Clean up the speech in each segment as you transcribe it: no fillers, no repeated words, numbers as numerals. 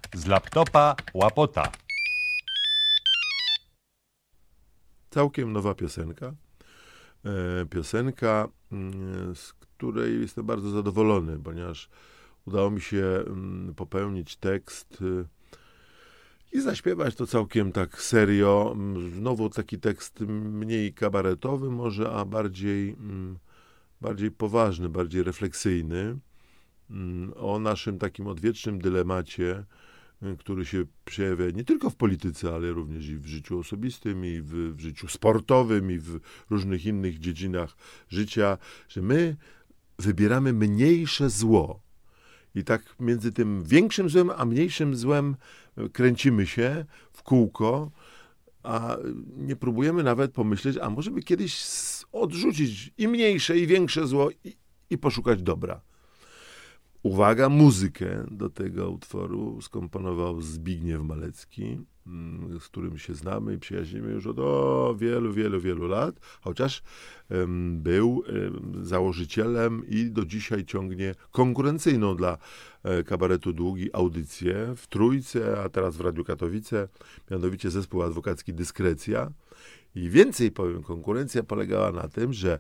Z laptopa łapota. Całkiem nowa piosenka. Piosenka, z której jestem bardzo zadowolony, ponieważ udało mi się popełnić tekst i zaśpiewać to całkiem tak serio. Znowu taki tekst mniej kabaretowy może, a bardziej poważny, bardziej refleksyjny. O naszym takim odwiecznym dylemacie, który się przejawia nie tylko w polityce, ale również i w życiu osobistym, i w życiu sportowym, i w różnych innych dziedzinach życia, że my wybieramy mniejsze zło. I tak między tym większym złem, a mniejszym złem kręcimy się w kółko, a nie próbujemy nawet pomyśleć, a może by kiedyś odrzucić i mniejsze, i większe zło i poszukać dobra. Uwaga, muzykę do tego utworu skomponował Zbigniew Malecki, z którym się znamy i przyjaźnimy już od wielu, wielu, wielu lat, chociaż był założycielem i do dzisiaj ciągnie konkurencyjną dla kabaretu Długi audycję w Trójce, a teraz w Radiu Katowice, mianowicie zespół adwokacki Dyskrecja. I więcej powiem, konkurencja polegała na tym, że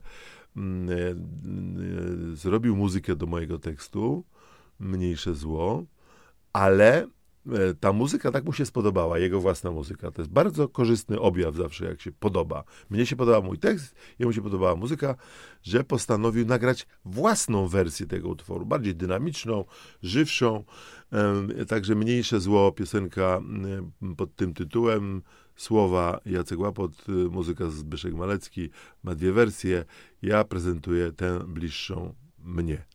zrobił muzykę do mojego tekstu, Mniejsze zło, ale ta muzyka tak mu się spodobała, jego własna muzyka. To jest bardzo korzystny objaw zawsze, jak się podoba. Mnie się podoba mój tekst, jemu się podobała muzyka, że postanowił nagrać własną wersję tego utworu, bardziej dynamiczną, żywszą. Także Mniejsze zło, piosenka pod tym tytułem, słowa Jacek Łapot, muzyka Zbyszek Malecki, ma dwie wersje. Ja prezentuję tę bliższą mnie.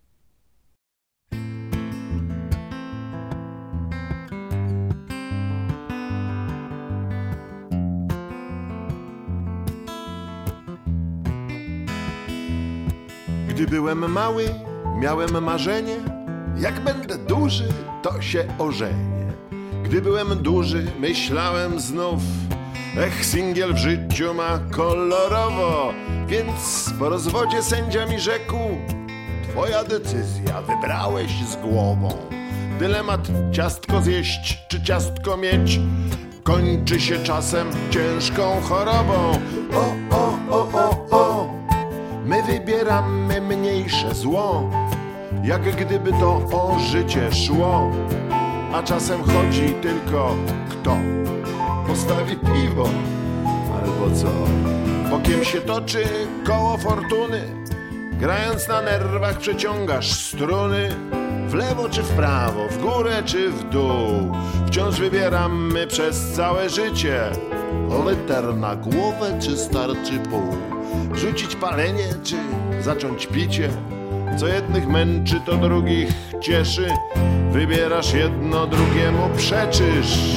Gdy byłem mały, miałem marzenie, jak będę duży, to się ożenię. Gdy byłem duży, myślałem znów, singiel w życiu ma kolorowo. Więc po rozwodzie sędzia mi rzekł, twoja decyzja, wybrałeś z głową. Dylemat ciastko zjeść czy ciastko mieć kończy się czasem ciężką chorobą. My wybieramy mniejsze zło, jak gdyby to o życie szło. A czasem chodzi tylko kto postawi piwo albo co. Bokiem się toczy koło fortuny, grając na nerwach przeciągasz struny. W lewo czy w prawo, w górę czy w dół, wciąż wybieramy przez całe życie. Liter na głowę czy starczy pół, rzucić palenie czy zacząć picie. Co jednych męczy, to drugich cieszy. Wybierasz jedno, drugiemu przeczysz.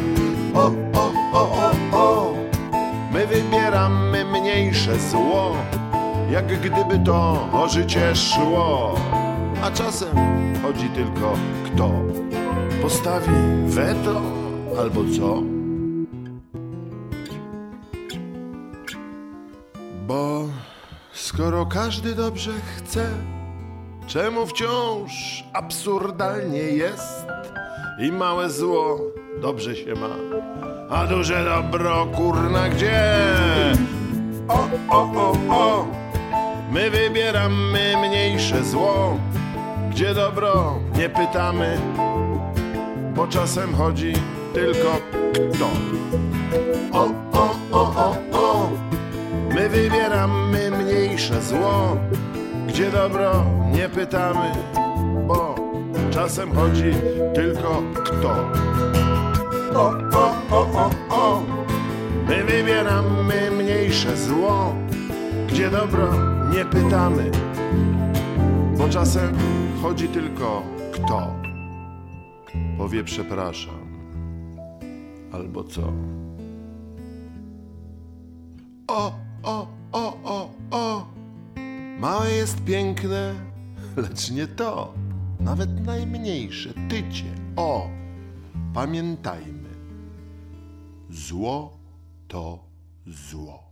My wybieramy mniejsze zło, jak gdyby to o życie szło. A czasem chodzi tylko kto postawi weto albo co. Bo skoro każdy dobrze chce, czemu wciąż absurdalnie jest i małe zło dobrze się ma, a duże dobro kurna gdzie? My wybieramy mniejsze zło, gdzie dobro nie pytamy, bo czasem chodzi tylko kto. My wybieramy mniejsze zło, gdzie dobro nie pytamy, bo czasem chodzi tylko kto. My wybieramy mniejsze zło, gdzie dobro nie pytamy, bo czasem chodzi tylko kto powie przepraszam albo co. Małe jest piękne, lecz nie to, nawet najmniejsze tycie. Pamiętajmy, zło to zło.